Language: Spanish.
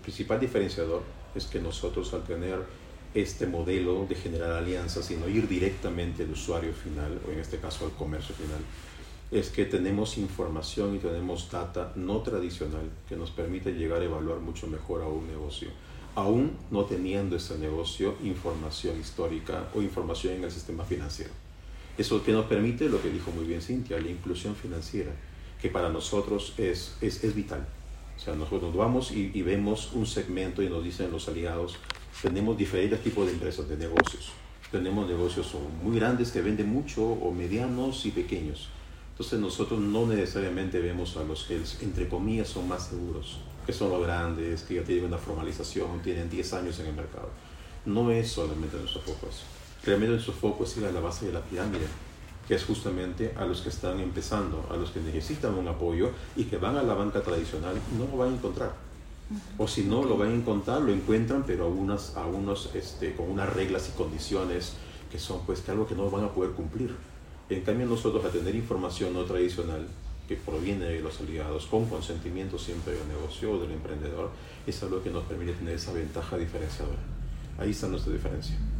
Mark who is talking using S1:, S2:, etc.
S1: principal diferenciador es que nosotros, al tener este modelo de generar alianzas y no ir directamente al usuario final, o en este caso al comercio final, es que tenemos información y tenemos data no tradicional que nos permite llegar a evaluar mucho mejor a un negocio, aún no teniendo ese negocio información histórica o información en el sistema financiero. Eso que nos permite, lo que dijo muy bien Cintia, la inclusión financiera, que para nosotros es vital. O sea, nosotros vamos y vemos un segmento y nos dicen los aliados, tenemos diferentes tipos de empresas, de negocios. Tenemos negocios muy grandes que venden mucho, o medianos y pequeños. Entonces nosotros no necesariamente vemos a los que, entre comillas, son más seguros, que son los grandes, que ya tienen una formalización, tienen 10 años en el mercado. No es solamente nuestro foco eso. Realmente nuestro foco es ir a la base de la pirámide, que es justamente a los que están empezando, a los que necesitan un apoyo y que van a la banca tradicional y no lo van a encontrar. O si no lo van a encontrar, lo encuentran, pero con unas reglas y condiciones que son pues que algo que no van a poder cumplir. En cambio nosotros, al tener información no tradicional que proviene de los aliados, con consentimiento siempre del negocio o del emprendedor, es algo que nos permite tener esa ventaja diferenciadora. Ahí está nuestra diferencia.